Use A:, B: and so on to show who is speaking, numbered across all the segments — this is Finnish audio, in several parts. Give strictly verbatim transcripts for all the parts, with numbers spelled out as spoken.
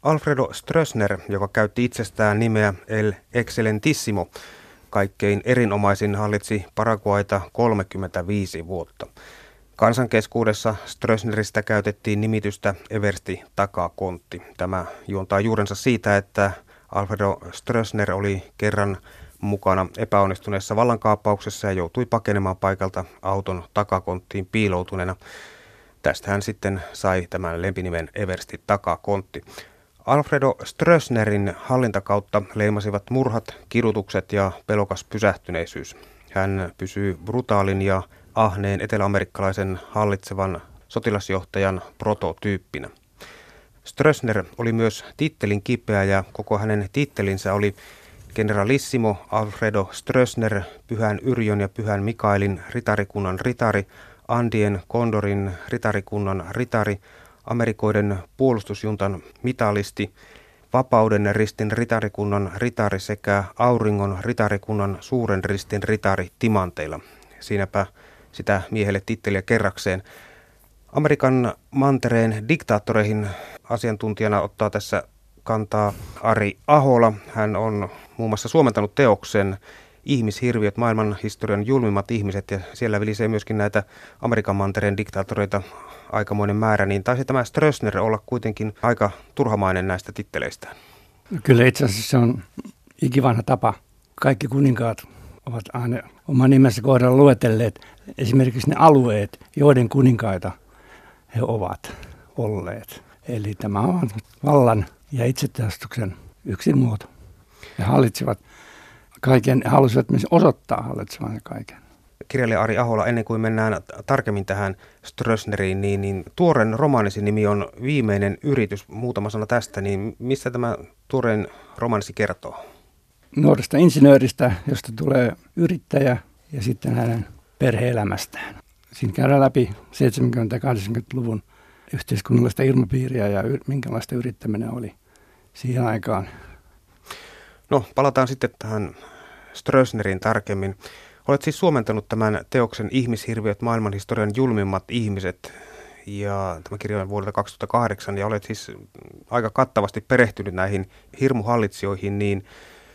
A: Alfredo Stroessner, joka käytti itsestään nimeä El Excellentissimo, kaikkein erinomaisin hallitsi Paraguayta kolmekymmentäviisi vuotta. Kansan keskuudessa Stroessneristä käytettiin nimitystä eversti takakontti. Tämä juontaa juurensa siitä, että Alfredo Stroessner oli kerran mukana epäonnistuneessa vallankaappauksessa ja joutui pakenemaan paikalta auton takakonttiin piiloutuneena. Tästä hän sitten sai tämän lempinimen eversti takakontti. Alfredo Stroessnerin hallintakautta leimasivat murhat, kidutukset ja pelokas pysähtyneisyys. Hän pysyy brutaalin ja ahneen eteläamerikkalaisen hallitsevan sotilasjohtajan prototyyppinä. Stroessner oli myös tittelin kipeä ja koko hänen tittelinsä oli Generalissimo Alfredo Stroessner, Pyhän Yrjön ja Pyhän Mikaelin ritarikunnan ritari, Andien Kondorin ritarikunnan ritari, Amerikoiden puolustusjuntan mitalisti, Vapauden ristin ritarikunnan ritari sekä Auringon ritarikunnan suuren ristin ritari timanteilla. Siinäpä sitä miehelle titteliä kerrakseen. Amerikan mantereen diktaattoreihin asiantuntijana ottaa tässä kantaa Ari Ahola. Hän on muun muassa suomentanut teoksen Ihmishirviöt, maailman historian julmimmat ihmiset, ja siellä vilisee myöskin näitä Amerikan mantereen diktaattoreita aikamoinen määrä, niin taisi tämä Stroessner olla kuitenkin aika turhamainen näistä titteleistään.
B: Kyllä itse asiassa se on ikivanha tapa. Kaikki kuninkaat ovat aina oman nimensä kohdalla luetelleet esimerkiksi ne alueet, joiden kuninkaita he ovat olleet. Eli tämä on vallan ja itsetähtäyksen yksi muoto. He hallitsivat kaiken, he halusivat myös osoittaa hallitsevansa kaiken.
A: Kirjailija Ari Ahola, ennen kuin mennään tarkemmin tähän Stroessneriin, niin, niin tuoren romaanisi nimi on Viimeinen yritys. Muutama sana tästä, niin mistä tämä tuoreen romaanisi kertoo?
B: Nuoresta insinööristä, josta tulee yrittäjä ja sitten hänen perhe-elämästään. Siinä käydään läpi seitsemänkymmentä- ja kahdeksankymmentäluvun yhteiskunnallista ilmapiiriä ja y- minkälaista yrittäminen oli siihen aikaan.
A: No, palataan sitten tähän Stroessneriin tarkemmin. Olet siis suomentanut tämän teoksen Ihmishirviöt, maailmanhistorian julmimmat ihmiset, ja tämä kirja on vuodelta kaksituhattakahdeksan, ja olet siis aika kattavasti perehtynyt näihin hirmuhallitsijoihin, niin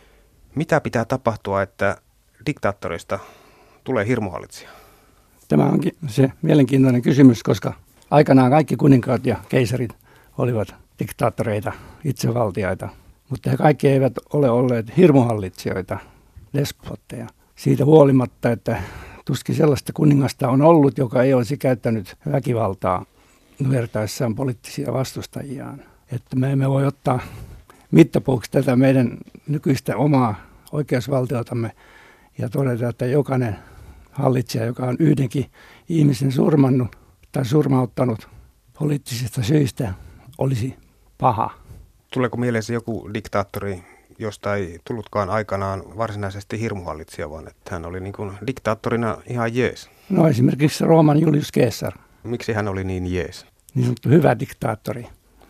A: mitä pitää tapahtua, että diktaattorista tulee hirmuhallitsija?
B: Tämä onkin se mielenkiintoinen kysymys, koska aikanaan kaikki kuninkaat ja keisarit olivat diktaattoreita, itsevaltiaita, mutta he kaikki eivät ole olleet hirmuhallitsijoita, despotteja. Siitä huolimatta, että tuskin sellaista kuningasta on ollut, joka ei olisi käyttänyt väkivaltaa nujertaessaan poliittisia vastustajiaan. Että me emme voi ottaa mittapuuksi tätä meidän nykyistä omaa oikeusvaltiotamme ja todeta, että jokainen hallitsija, joka on yhdenkin ihmisen surmannut tai surmauttanut poliittisista syistä, olisi paha.
A: Tuleeko mieleesi joku diktaattori, josta ei tullutkaan aikanaan varsinaisesti hirmuhallitsija, vaan että hän oli niin kuin diktaattorina ihan jees?
B: No esimerkiksi Rooman Julius Caesar.
A: Miksi hän oli niin jees?
B: Niin sanottu hyvä diktaattori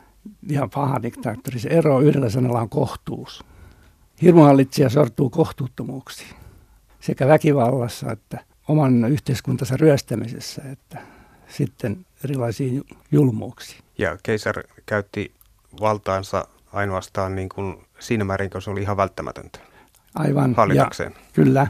B: ja paha diktaattori. Se ero yhdellä sanalla on kohtuus. Hirmuhallitsija sortuu kohtuuttomuuksiin sekä väkivallassa että oman yhteiskuntansa ryöstämisessä että sitten erilaisiin julmuuksiin.
A: Ja keisar käytti valtaansa ainoastaan niin kuin siinä määrin, kun se oli ihan välttämätöntä.
B: Aivan.
A: Hallitakseen.
B: Ja, kyllä,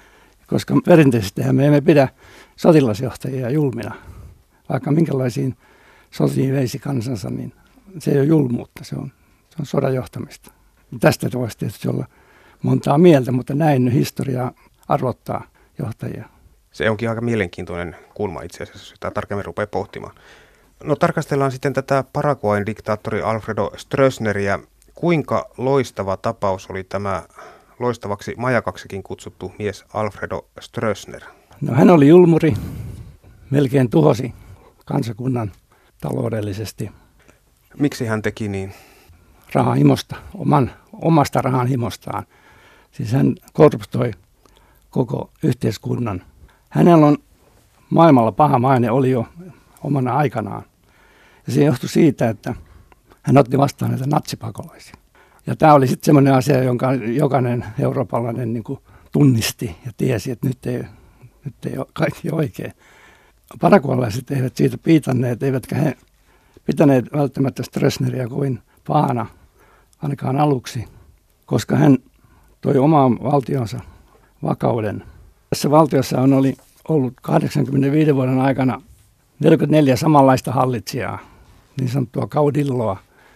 B: koska perinteisesti me emme pidä sotilasjohtajia julmina. Vaikka minkälaisiin sotiin veisi kansansa, niin se ei ole julmuutta, se on, se on sodan johtamista. Tästä voisi tietysti olla montaa mieltä, mutta näin historia arvottaa johtajia.
A: Se onkin aika mielenkiintoinen kulma itse asiassa, jos sitä tarkemmin rupeaa pohtimaan. No tarkastellaan sitten tätä Paraguayn diktaattori Alfredo Stroessneria. Kuinka loistava tapaus oli tämä loistavaksi majakaksikin kutsuttu mies Alfredo Stroessner?
B: No hän oli julmuri, melkein tuhosi kansakunnan taloudellisesti.
A: Miksi hän teki niin?
B: Rahahimosta, oman, omasta rahanhimostaan. Siis hän korruptoi koko yhteiskunnan. Hänellä on maailmalla paha maine oli jo omana aikanaan. Ja se johtui siitä, että hän otti vastaan näitä natsipakolaisia. Ja tämä oli sitten semmoinen asia, jonka jokainen eurooppalainen niin kuin tunnisti ja tiesi, että nyt ei, nyt ei ole kaikki oikein. Paraguaylaiset eivät siitä piitanneet, eivätkä he pitäneet välttämättä Stroessneria kovin pahana ainakaan aluksi, koska hän toi omaan valtionsa vakauden. Tässä valtiossa on oli ollut kahdeksankymmentäviisi vuoden aikana neljäkymmentäneljä samanlaista hallitsijaa, niin sanottua kaudilloa,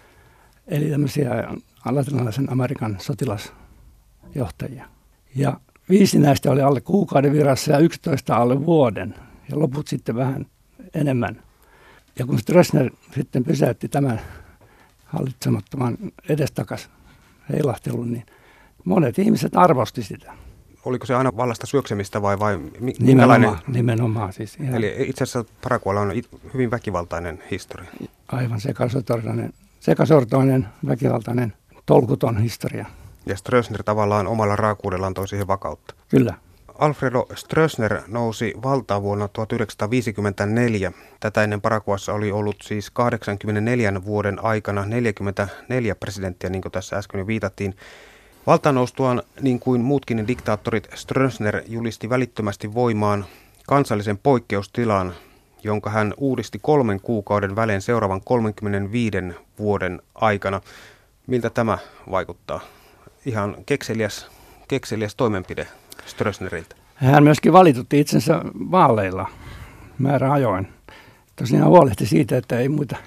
B: eli tämmöisiä latinalaisen Amerikan sotilasjohtajia. Ja viisi näistä oli alle kuukauden virassa ja yksitoista alle vuoden, ja loput sitten vähän enemmän. Ja kun Stroessner sitten pysäytti tämän hallitsemattoman edestakas heilahtelun, niin monet ihmiset arvosti sitä.
A: Oliko se aina vallasta syöksemistä vai, vai minkälainen?
B: Nimenomaan, nimenomaan siis. Ihan.
A: Eli itse asiassa Paraguaylla on hyvin väkivaltainen historia.
B: Aivan sekasortoinen, sekasortoinen väkivaltainen, tolkuton historia.
A: Ja Stroessner tavallaan omalla raakuudellaan toi siihen vakautta.
B: Kyllä.
A: Alfredo Stroessner nousi valtaan vuonna tuhatyhdeksänsataaviisikymmentäneljä. Tätä ennen Paraguayssa oli ollut siis kahdeksankymmentäneljän vuoden aikana neljäkymmentäneljä presidenttiä, niin kuin tässä äsken jo viitattiin. Valtaan noustuaan, niin kuin muutkin diktaattorit, Stroessner julisti välittömästi voimaan kansallisen poikkeustilan, jonka hän uudisti kolmen kuukauden välein seuraavan kolmekymmentäviisi vuoden aikana. Miltä tämä vaikuttaa? Ihan kekseliäs, kekseliäs toimenpide Stroessneriltä.
B: Hän myöskin valitutti itsensä vaaleilla määräajoin. Tosiaan huolehti siitä, että ei muita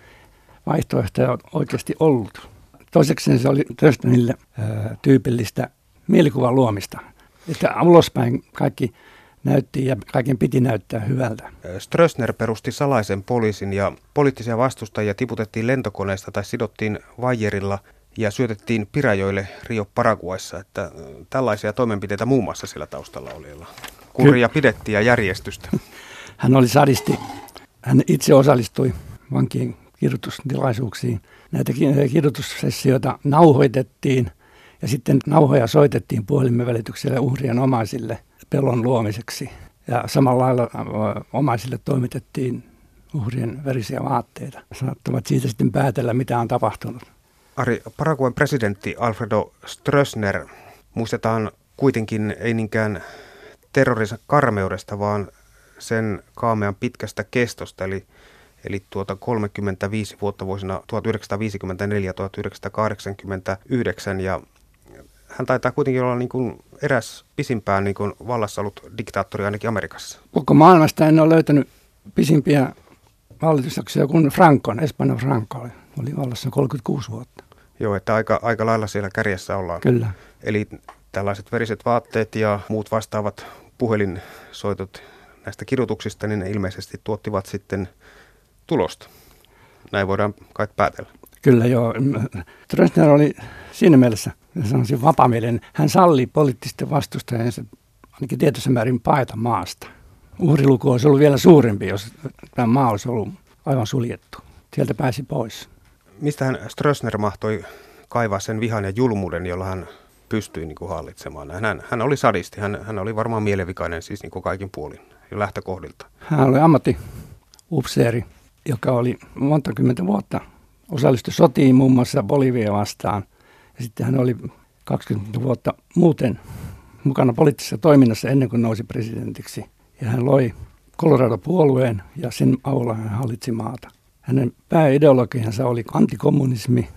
B: vaihtoehtoja oikeasti ollut. Toiseksi se oli Stroessnerille tyypillistä mielikuvan luomista, että ulospäin kaikki näytti ja kaiken piti näyttää hyvältä.
A: Stroessner perusti salaisen poliisin ja poliittisia vastustajia tiputettiin lentokoneesta tai sidottiin vaijerilla ja syötettiin Pirajoille Rio Paraguayssa, että tällaisia toimenpiteitä muun muassa sillä taustalla oli. Kuria pidettiin ja järjestystä.
B: Hän oli sadisti. Hän itse osallistui vankien kirjoitustilaisuuksiin. Näitä kirjoitussessioita nauhoitettiin ja sitten nauhoja soitettiin puhelimen välityksellä uhrien omaisille pelon luomiseksi. Ja samalla lailla omaisille toimitettiin uhrien verisiä vaatteita. Saattavat siitä sitten päätellä, mitä on tapahtunut.
A: Ari, Paraguayn presidentti Alfredo Stroessner muistetaan kuitenkin ei niinkään terrorinsa karmeudesta, vaan sen kaamean pitkästä kestosta, eli, eli tuota kolmekymmentäviisi vuotta vuosina tuhatyhdeksänsataaviisikymmentäneljä tuhatyhdeksänsataakahdeksankymmentäyhdeksän, ja hän taitaa kuitenkin olla niin kuin eräs pisimpään niin kuin vallassa ollut diktaattori ainakin Amerikassa.
B: Koko maailmasta en ole löytänyt pisimpiä hallitusjaksoja kuin Francon, Espanjan Franco oli, oli vallassa kolmekymmentäkuusi vuotta.
A: Joo, että aika, aika lailla siellä kärjessä ollaan.
B: Kyllä.
A: Eli tällaiset veriset vaatteet ja muut vastaavat puhelinsoitot näistä kirjoituksista, niin ne ilmeisesti tuottivat sitten tulosta. Näin voidaan kai päätellä.
B: Kyllä joo. Stroessner oli siinä mielessä, sanoisin vapaamielinen. Hän salli poliittisten vastustajansa ainakin tietyssä määrin paeta maasta. Uhriluku olisi ollut vielä suurempi, jos tämä maa olisi ollut aivan suljettu. Sieltä pääsi pois.
A: Mistähän Stroessner mahtoi kaivaa sen vihan ja julmuuden, jolla hän pystyi niin kuin hallitsemaan? Hän, hän oli sadisti, hän, hän oli varmaan mielenvikainen siis niin kuin kaikin puolin jo lähtökohdilta.
B: Hän oli ammattiupseeri, joka oli monta kymmentä vuotta osallistui sotiin muun muassa Bolivia vastaan. Ja sitten hän oli kaksikymmentä vuotta muuten mukana poliittisessa toiminnassa ennen kuin nousi presidentiksi. Ja hän loi Colorado-puolueen ja sen avulla hän hallitsi maata. Hänen pääideologiansa oli antikommunismi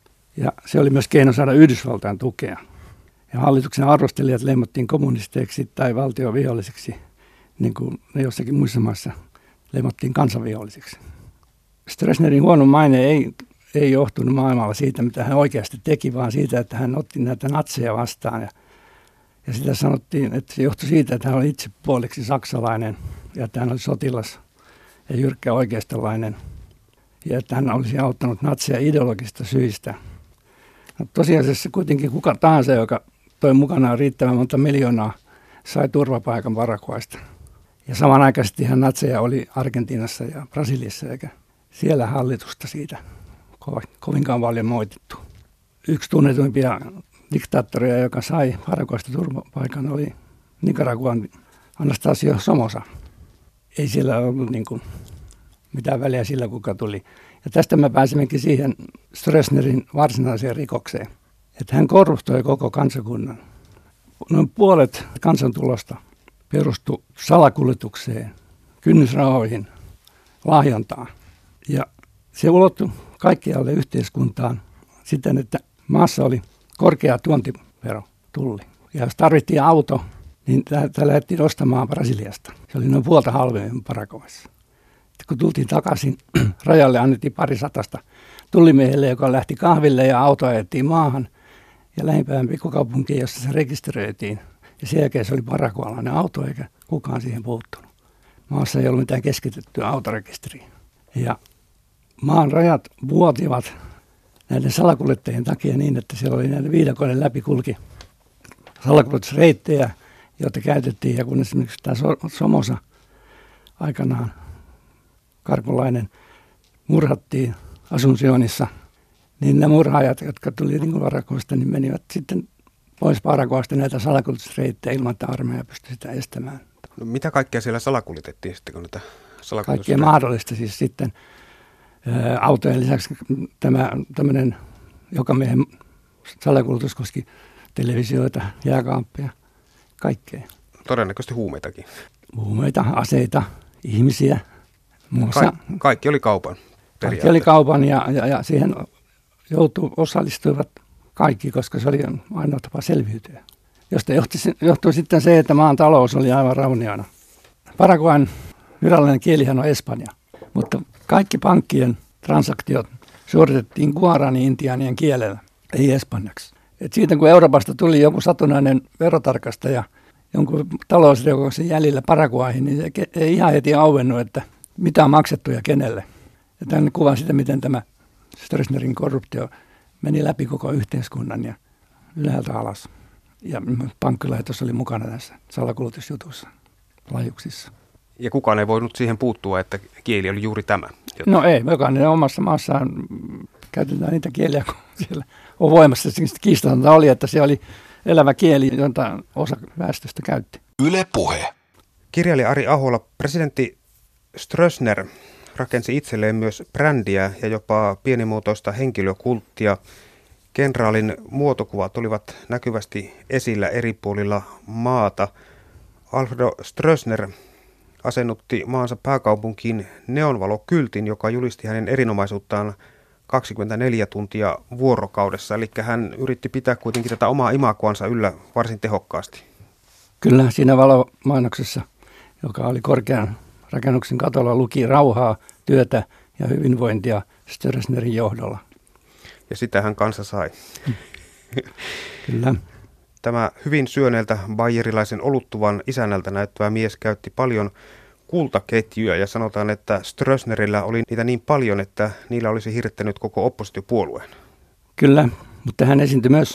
B: ja se oli myös keino saada Yhdysvaltain tukea. Ja hallituksen arvostelijat leimottiin kommunisteiksi tai valtiovihollisiksi, niin kuin ne jossakin muissa maissa leimottiin kansanvihollisiksi. Stroessnerin huono maine ei, ei johtunut maailmalla siitä, mitä hän oikeasti teki, vaan siitä, että hän otti näitä natseja vastaan. Ja, ja sitä sanottiin, että se johtui siitä, että hän oli itse puoliksi saksalainen ja että hän oli sotilas ja jyrkkä oikeistolainen. Ja että hän olisi auttanut natseja ideologista syistä. No, tosiasiassa kuitenkin kuka tahansa, joka toi mukanaan riittävän monta miljoonaa, sai turvapaikan Paraguaysta. Ja samanaikaisesti hän natseja oli Argentiinassa ja Brasiliassa, eikä siellä hallitusta siitä kovinkaan paljon moitittu. Yksi tunnetuimpia diktaattoreja, joka sai Paraguaysta turvapaikan, oli Nicaraguan Anastasio Somoza. Ei siellä ollut niin kuin mitään väliä sillä, kuka tuli. Ja tästä me pääsemmekin siihen Stroessnerin varsinaiseen rikokseen, että hän korruptoi koko kansakunnan. Noin puolet kansantulosta perustui salakuljetukseen, kynnysrahoihin, lahjontaan. Ja se ulottui kaikkialle yhteiskuntaan siten, että maassa oli korkea tuontivero, tulli. Ja jos tarvittiin auto, niin tämä lähdettiin ostamaan Brasiliasta. Se oli noin puolta halvemmin Paraguayssa. Kun tultiin takaisin, rajalle annettiin pari satasta tullimiehelle, joka lähti kahville ja auto ajettiin maahan. Ja lähimpään pikkukaupunkiin, jossa se rekisteröitiin. Ja sen jälkeen se oli paraguaylainen auto, eikä kukaan siihen puuttunut. Maassa ei ollut mitään keskitettyä autorekisteriä. Ja maan rajat vuotivat näiden salakuljettajien takia niin, että siellä oli näiden viidakoiden läpikulki salakuljetusreittejä, joita käytettiin. Ja kun esimerkiksi tämä Somoza aikanaan karkulainen murhattiin Asuncionissa, niin nämä murhaajat, jotka tuli niin Paraguaysta, niin menivät sitten pois Paraguaysta näitä salakuljetusreittejä ilman, että armeija pystyi sitä estämään.
A: No, mitä kaikkea siellä salakuljetettiin sitten, kun näitä salakuljetusreittejä?
B: Kaikkea mahdollista siis sitten. Ää, autojen lisäksi tämä tämmöinen jokamiehen salakuljetus koski televisioita, jääkaappeja, kaikkea.
A: Todennäköisesti huumeitakin.
B: Huumeita, aseita, ihmisiä.
A: Ka- kaikki oli kaupan periaatteessa.
B: Kaikki oli kaupan ja, ja, ja siihen joutu, osallistuivat kaikki, koska se oli ainoa tapa selviytyä. Josta johti, johtui sitten se, että maan talous oli aivan rauniona. Paraguayn virallinen kielihän on espanja, mutta kaikki pankkien transaktiot suoritettiin guarani-intiaanien kielellä, ei espanjaksi. Et siitä kun Euroopasta tuli joku satunnainen verotarkastaja jonkun talousrikoksen jäljellä Paraguayhin, niin se ei ihan heti auennut, että mitä on maksettu ja kenelle. Ja tämän kuvan sitä, miten tämä Stroessnerin korruptio meni läpi koko yhteiskunnan ja ylhäältä alas. Ja pankkilaitos oli mukana tässä salakuljetusjutussa, lajuksissa.
A: Ja kukaan ei voinut siihen puuttua, että kieli oli juuri tämä.
B: Joten... No ei, jokainen omassa maassaan käytetään niitä kieliä, kun siellä on voimassa. Kiistatonta oli, että se oli elävä kieli, jota osa väestöstä käytti.
C: Yle Puhe.
A: Kirjailija Ari Ahola, presidentti Stroessner rakensi itselleen myös brändiä ja jopa pienimuotoista henkilökulttia. Kenraalin muotokuvat olivat näkyvästi esillä eri puolilla maata. Alfredo Stroessner asennutti maansa pääkaupunkiin neonvalokyltin, joka julisti hänen erinomaisuuttaan kaksikymmentäneljä tuntia vuorokaudessa. Eli hän yritti pitää kuitenkin tätä omaa imagoansa yllä varsin tehokkaasti.
B: Kyllä, siinä valomainoksessa, joka oli korkean rakennuksen katolla, luki rauhaa, työtä ja hyvinvointia Stroessnerin johdolla.
A: Ja sitähän kansa sai.
B: Kyllä.
A: Tämä hyvin syöneeltä bayerilaisen oluttuvan isännältä näyttävä mies käytti paljon kultaketjuja ja sanotaan, että Stroessnerillä oli niitä niin paljon, että niillä olisi hirttänyt koko oppositiopuolueen.
B: Kyllä, mutta hän esiintyi myös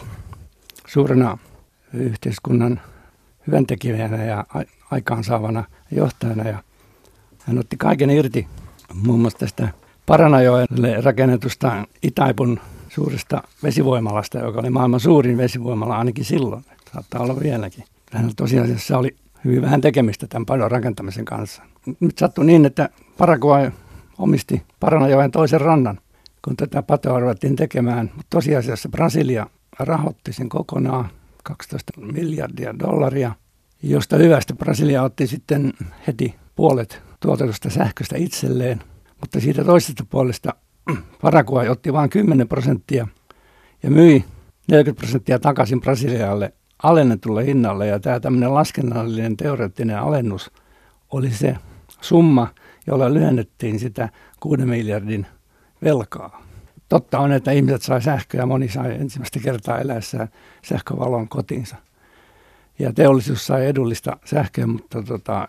B: suurena yhteiskunnan hyväntekijänä ja aikaansaavana johtajana. Ja hän otti kaiken irti muun muassa tästä Paranajoelle rakennetusta Itaipun suuresta vesivoimalasta, joka oli maailman suurin vesivoimala ainakin silloin. Saattaa olla vieläkin. Hänellä tosiasiassa oli hyvin vähän tekemistä tämän padon rakentamisen kanssa. Nyt sattui niin, että Paraguay omisti Paranajoen toisen rannan, kun tätä patoa ruvettiin tekemään. Mutta tosiasiassa Brasilia rahoitti sen kokonaan kaksitoista miljardia dollaria, josta hyvästä Brasilia otti sitten heti puolet tuotetusta sähköstä itselleen. Mutta siitä toisesta puolesta Paraguay otti vain kymmenen prosenttia ja myi neljäkymmentä prosenttia takaisin Brasilialle alennetulle hinnalle. Ja tämä tämmöinen laskennallinen teoreettinen alennus oli se summa, jolla lyhennettiin sitä kuuden miljardin velkaa. Totta on, että ihmiset sai sähköä ja moni sai ensimmäistä kertaa eläessään sähkövalon kotiinsa. Ja teollisuus sai edullista sähköä, mutta tota,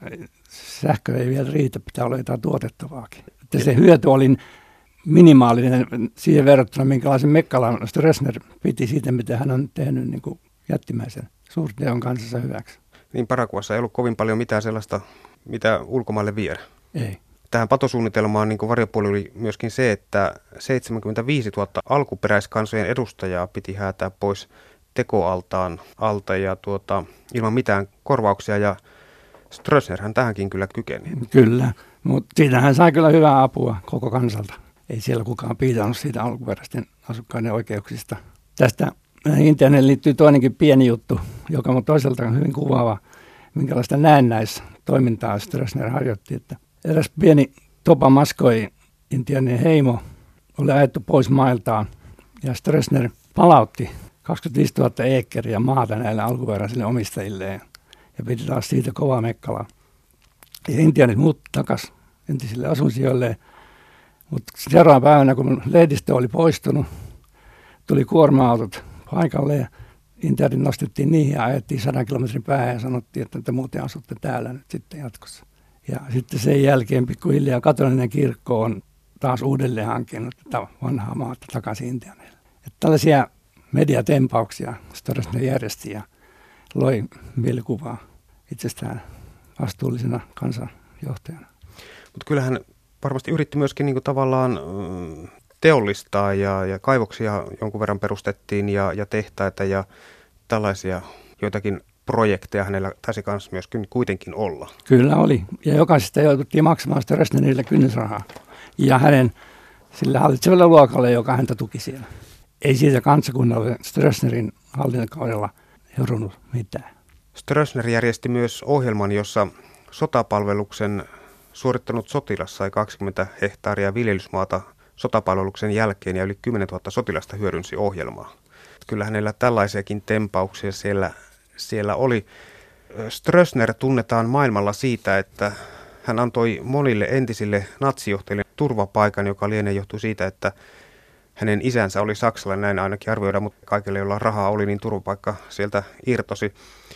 B: sähkö ei vielä riitä, pitää olla jotain tuotettavaakin. Että se hyöty oli minimaalinen siihen verrattuna, minkälaisen mekkalan Stroessner piti siitä, mitä hän on tehnyt niin kuin jättimäisen suurteon kansansa hyväksi.
A: Niin Paraguayssa ei ollut kovin paljon mitään sellaista, mitä ulkomaille viedä.
B: Ei.
A: Tähän patosuunnitelmaan niin kuin varjopuoli oli myöskin se, että seitsemänkymmentäviisituhatta alkuperäiskansojen edustajaa piti häätää pois tekoaltaan alta ja tuota, ilman mitään korvauksia, ja Stroessnerhän tähänkin kyllä kykeni.
B: Kyllä, mutta siitä hän sai kyllä hyvää apua koko kansalta. Ei siellä kukaan piitannut siitä alkuperäisten asukkaiden oikeuksista. Tästä Intianen liittyy toinenkin pieni juttu, joka on toisaalta hyvin kuvaava, minkälaista näennäistoimintaa Stroessner harjoitti. Että eräs pieni Topa Maskoi Intianin heimo oli ajettu pois mailtaan, ja Stroessner palautti kaksikymmentäviisituhatta eekkeriä maata näille alkuperäisille omistajilleen ja piti taas siitä kovaa mekkalaa. Ja intiaanit muutti takaisin entisille asuinsijoilleen, mutta seuraavana päivänä, kun lehdistö oli poistunut, tuli kuorma-autot paikalle ja intiaanit nostettiin niihin ja ajettiin sadan kilometrin päähän ja sanottiin, että te muuten asutte täällä nyt sitten jatkossa. Ja sitten sen jälkeen pikkuhiljaa katolinen kirkko on taas uudelleen hankinut tätä vanhaa maata takaisin intiaaneille. Että tällaisia mediatempauksia Stroessner järjesti ja loi mielikuvaa itsestään vastuullisena kansanjohtajana.
A: Mutta kyllähän varmasti yritti myöskin niinku tavallaan teollistaa ja, ja kaivoksia jonkun verran perustettiin ja, ja tehtaita ja tällaisia joitakin projekteja hänellä taisi kanssa myöskin kuitenkin olla.
B: Kyllä oli. Ja jokaisesta joututtiin maksamaan Stroessnerille kynnysrahaa. Ja hänen sillä hallitsevalle luokalle, joka häntä tuki siellä. Ei siitä kansakunnalle Stroessnerin hallintokaudella herunut mitään.
A: Stroessner järjesti myös ohjelman, jossa sotapalveluksen suorittanut sotilas sai kaksikymmentä hehtaaria viljelysmaata sotapalveluksen jälkeen ja yli kymmenentuhatta sotilasta hyödynsi ohjelmaa. Kyllä hänellä tällaisiakin tempauksia siellä, siellä oli. Stroessner tunnetaan maailmalla siitä, että hän antoi monille entisille natsijohtajille turvapaikan, joka lienee johtui siitä, että hänen isänsä oli saksalainen, näin ainakin arvioidaan, mutta kaikille, joilla rahaa oli, niin turvapaikka sieltä irtosi.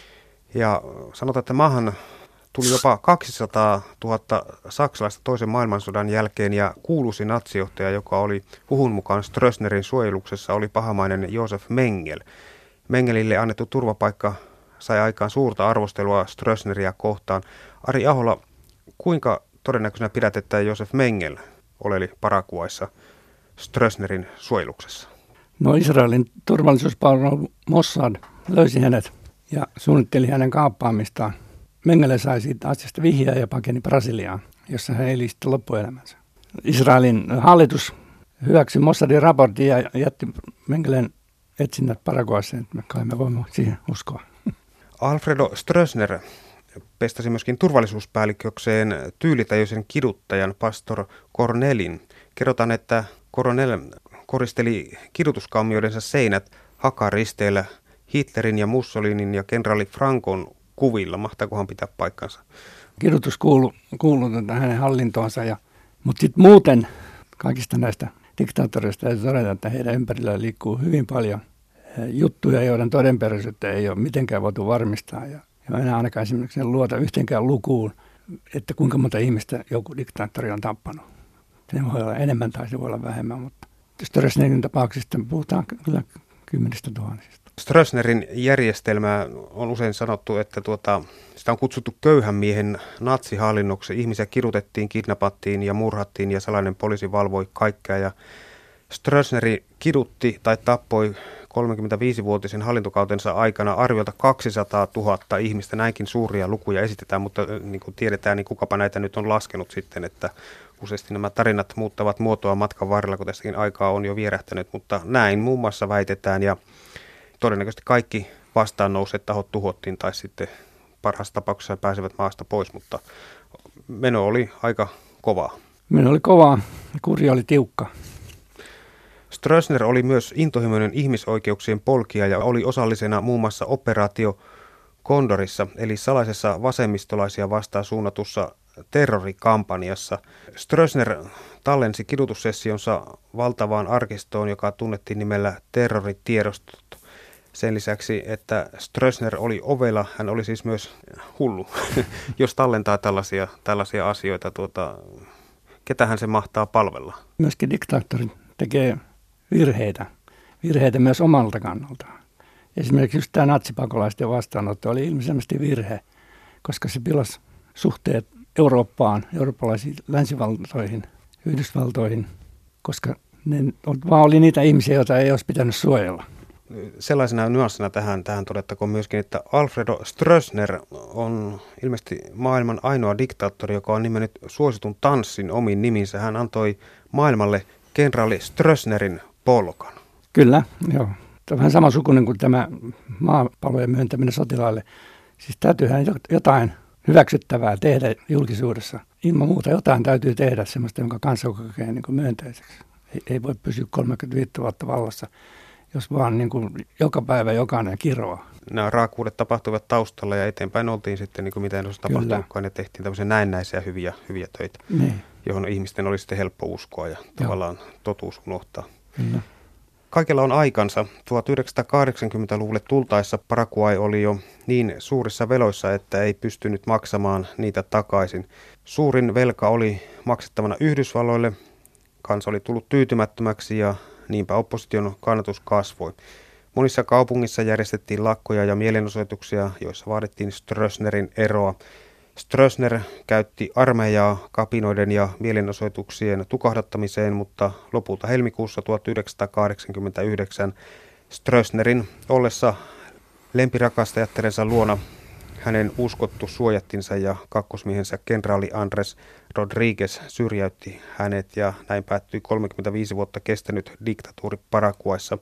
A: Ja sanotaan, että maahan tuli jopa kaksisataatuhatta saksalaista toisen maailmansodan jälkeen ja kuuluisi natsijohtaja, joka oli huhun mukaan Stroessnerin suojeluksessa, oli pahamainen Josef Mengel. Mengelille annettu turvapaikka sai aikaan suurta arvostelua Stroessneria kohtaan. Ari Ahola, kuinka todennäköisenä pidät, että Josef Mengel oleli Paraguayssa Stroessnerin suojeluksessa?
B: No Israelin turvallisuuspalvelu Mossad löysi hänet ja suunnitteli hänen kaappaamistaan. Mengele sai siitä asiasta vihjaa ja pakeni Brasiliaan, jossa hän eli sitten loppuelämänsä. Israelin hallitus hyväksyi Mossadin raportin ja jätti Mengelen etsinnät Paraguayssa, että kai me voimme siihen uskoa.
A: Alfredo Stroessner pestasi myöskin turvallisuuspäällikökseen tyylitajuisen kiduttajan pastor Cornelin. Kerrotaan, että Coronel koristeli kidutuskammioidensa seinät hakaristeillä Hitlerin ja Mussolinin ja kenraali Francon kuvilla. Mahtaakohan pitää paikkansa?
B: Kidutus kuului, kuului hänen hallintoonsa, ja, mutta sitten muuten kaikista näistä diktaattoreista täytyy todeta, että heidän ympärillään liikkuu hyvin paljon juttuja, joiden todenperäisyyttä ei ole mitenkään voitu varmistaa. Ja, ja enää ainakaan esimerkiksi luota yhteenkään lukuun, että kuinka monta ihmistä joku diktaattori on tappanut. Se voi olla enemmän tai se voi olla vähemmän, mutta Stroessnerin tapauksista puhutaan kyllä kymmenistä tuhansista.
A: Stroessnerin järjestelmää on usein sanottu, että tuota, sitä on kutsuttu köyhän miehen natsihallinnoksi. Ihmisiä kidutettiin, kidnappattiin ja murhattiin ja salainen poliisi valvoi kaikkea. Ja Stroessneri kidutti tai tappoi kolmekymmentäviisivuotisen hallintokautensa aikana arviolta kaksisataatuhatta ihmistä. Näinkin suuria lukuja esitetään, mutta niin kuin tiedetään, niin kukapa näitä nyt on laskenut sitten, että useasti nämä tarinat muuttavat muotoa matkan varrella, kun tästäkin aikaa on jo vierähtänyt, mutta näin muun muassa väitetään ja todennäköisesti kaikki vastaan nousseet tahot tuhottiin tai sitten parhaassa tapauksessa pääsevät maasta pois, mutta meno oli aika kovaa.
B: Meno oli kovaa ja kurja oli tiukka.
A: Stroessner oli myös intohimoinen ihmisoikeuksien polkija ja oli osallisena muun muassa operaatio Condorissa, eli salaisessa vasemmistolaisia vastaan suunnatussa terrorikampanjassa. Stroessner tallensi kidutussessionsa valtavaan arkistoon, joka tunnettiin nimellä terroritiedostot. Sen lisäksi, että Stroessner oli ovela, hän oli siis myös hullu, jos tallentaa tällaisia, tällaisia asioita. Tuota, ketähän se mahtaa palvella?
B: Myöskin diktaattori tekee virheitä, virheitä myös omalta kannaltaan. Esimerkiksi just tämä natsipakolaisten vastaanotto oli ilmeisesti virhe, koska se pilasi suhteet Eurooppaan, eurooppalaisiin länsivaltoihin, Yhdysvaltoihin, koska ne vaan oli niitä ihmisiä, joita ei olisi pitänyt suojella.
A: Sellaisena nyanssina tähän, tähän todettakoon myöskin, että Alfredo Stroessner on ilmeisesti maailman ainoa diktaattori, joka on nimennyt suositun tanssin omiin niminsä. Hän antoi maailmalle kenraali Stroessnerin polkan.
B: Kyllä, joo. Tämä on vähän sama sukunen kuin tämä maapallojen myöntäminen sotilaille. Siis täytyyhän jotain hyväksyttävää tehdä julkisuudessa. Ilman muuta jotain täytyy tehdä sellaista, jonka kansa kokee niin kuin myönteiseksi. Ei, ei voi pysyä kolmekymmentäviisi vuotta vallassa jos vaan niin kuin joka päivä jokainen kiroaa.
A: Nämä raakuudet tapahtuivat taustalla ja eteenpäin oltiin sitten, niin kuin miten olisi tapahtunutkaan, ja tehtiin tämmöisiä näennäisiä hyviä, hyviä töitä,
B: niin.
A: johon ihmisten oli sitten helppo uskoa ja Joo. tavallaan totuus unohtaa.
B: Kyllä.
A: Kaikella on aikansa. tuhatyhdeksänsataakahdeksankymmentäluvulle tultaessa Paraguay oli jo niin suurissa veloissa, että ei pystynyt maksamaan niitä takaisin. Suurin velka oli maksettavana Yhdysvalloille. Kansa oli tullut tyytymättömäksi ja niinpä opposition kannatus kasvoi. Monissa kaupungissa järjestettiin lakkoja ja mielenosoituksia, joissa vaadittiin Stroessnerin eroa. Stroessner käytti armeijaa kapinoiden ja mielenosoituksien tukahdattamiseen, mutta lopulta helmikuussa tuhatyhdeksänsataakahdeksankymmentäyhdeksän Stroessnerin ollessa lempirakastajattarensa luona hänen uskottu suojattinsa ja kakkosmiehensä kenraali Andres Rodriguez syrjäytti hänet ja näin päättyi kolmekymmentäviisi vuotta kestänyt diktatuuri Paraguayssa.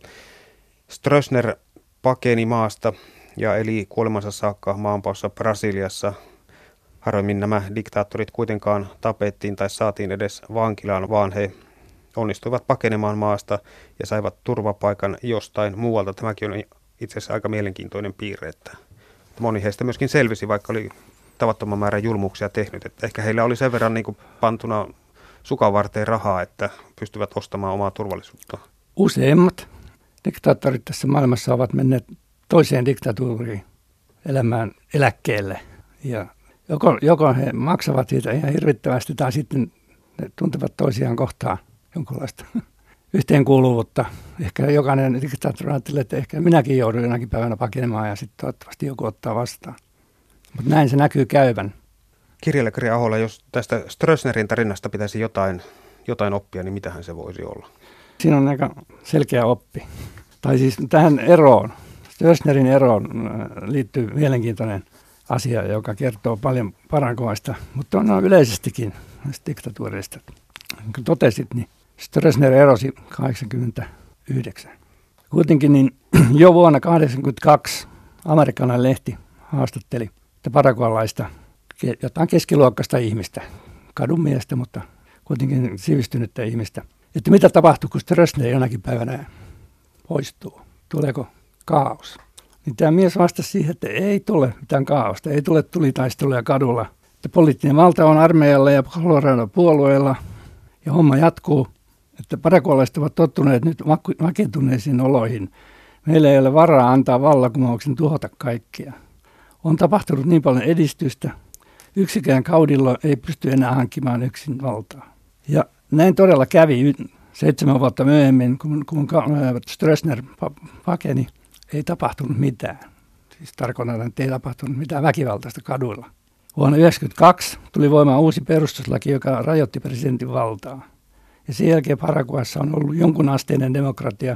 A: Stroessner pakeni maasta ja eli kuolemansa saakka maanpaossa Brasiliassa. Harvemmin nämä diktaattorit kuitenkaan tapettiin tai saatiin edes vankilaan, vaan he onnistuivat pakenemaan maasta ja saivat turvapaikan jostain muualta. Tämäkin on itse asiassa aika mielenkiintoinen piirre, että moni heistä myöskin selvisi, vaikka oli tavattoman määrän julmuuksia tehnyt. Että ehkä heillä oli sen verran niin kuin pantuna sukanvarteen rahaa, että pystyvät ostamaan omaa turvallisuutta.
B: Useimmat diktaattorit tässä maailmassa ovat menneet toiseen diktatuuriin elämään eläkkeelle. Ja joko, joko he maksavat siitä ihan hirvittävästi tai sitten ne tuntevat toisiaan kohtaan jonkunlaista yhteenkuuluvuutta. Ehkä jokainen diktaattori ajattelee, että ehkä minäkin joudun jonakin päivänä pakenemaan ja sitten toivottavasti joku ottaa vastaan. Mutta näin se näkyy käyvän.
A: Kirjailija Ahola, jos tästä Stroessnerin tarinasta pitäisi jotain, jotain oppia, niin mitähän se voisi olla?
B: Siinä on aika selkeä oppi. Tai siis tähän eroon, Stroessnerin eroon liittyy mielenkiintoinen asia, joka kertoo paljon Paraguaysta, mutta on yleisestikin näistä diktatuureista. Niin kuin totesit, niin Stroessner erosi kahdeksankymmentäyhdeksän. Kuitenkin niin jo vuonna kahdeksankymmentäkaksi amerikkalainen lehti haastatteli paraguaylaista jotain keskiluokkaista ihmistä, kadun miestä, mutta kuitenkin sivistynyttä ihmistä. Että mitä tapahtuu, kun Stroessner jonakin päivänä poistuu? Tuleeko kaos? Niin tämä mies vastasi siihen, että ei tule mitään kaaosta, ei tule tulitaisteluja kadulla. Että poliittinen valta on armeijalla ja Colorado-puolueella ja homma jatkuu. Että paraguayalaiset ovat tottuneet nyt vakiintuneisiin oloihin. Meillä ei ole varaa antaa vallankumouksen tuhota kaikkia. On tapahtunut niin paljon edistystä. Yksikään kaudilla ei pysty enää hankkimaan yksin valtaa. Ja näin todella kävi seitsemän vuotta myöhemmin, kun, kun Stroessner pakeni, ei tapahtunut mitään. Siis tarkoitan, että ei tapahtunut mitään väkivaltaista kaduilla. Vuonna yhdeksänkymmentäkaksi tuli voimaan uusi perustuslaki, joka rajoitti presidentin valtaa. Ja sen jälkeen Paraguayssa on ollut jonkun asteinen demokratia.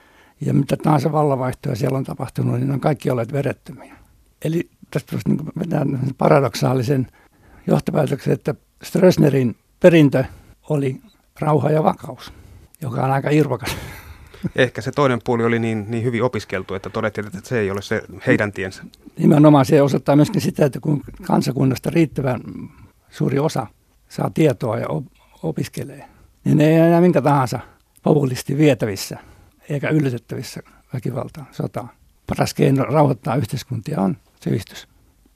B: Ja mitä tahansa vallanvaihtoja siellä on tapahtunut, niin on kaikki olleet verettömiä. Eli tästä voisi niin vetää paradoksaalisen johtopäätöksen, että Stroessnerin perintö oli rauha ja vakaus, joka on aika irvokas.
A: Ehkä se toinen puoli oli niin, niin hyvin opiskeltu, että todettiin, että se ei ole se heidän tiensä.
B: Nimenomaan se osoittaa myöskin sitä, että kun kansakunnasta riittävän suuri osa saa tietoa ja opiskelee, niin ei enää minkä tahansa populisti vietävissä eikä yllätettävissä väkivaltaan, sotaan. Paras keino rauhoittaa yhteiskuntia on sivistys.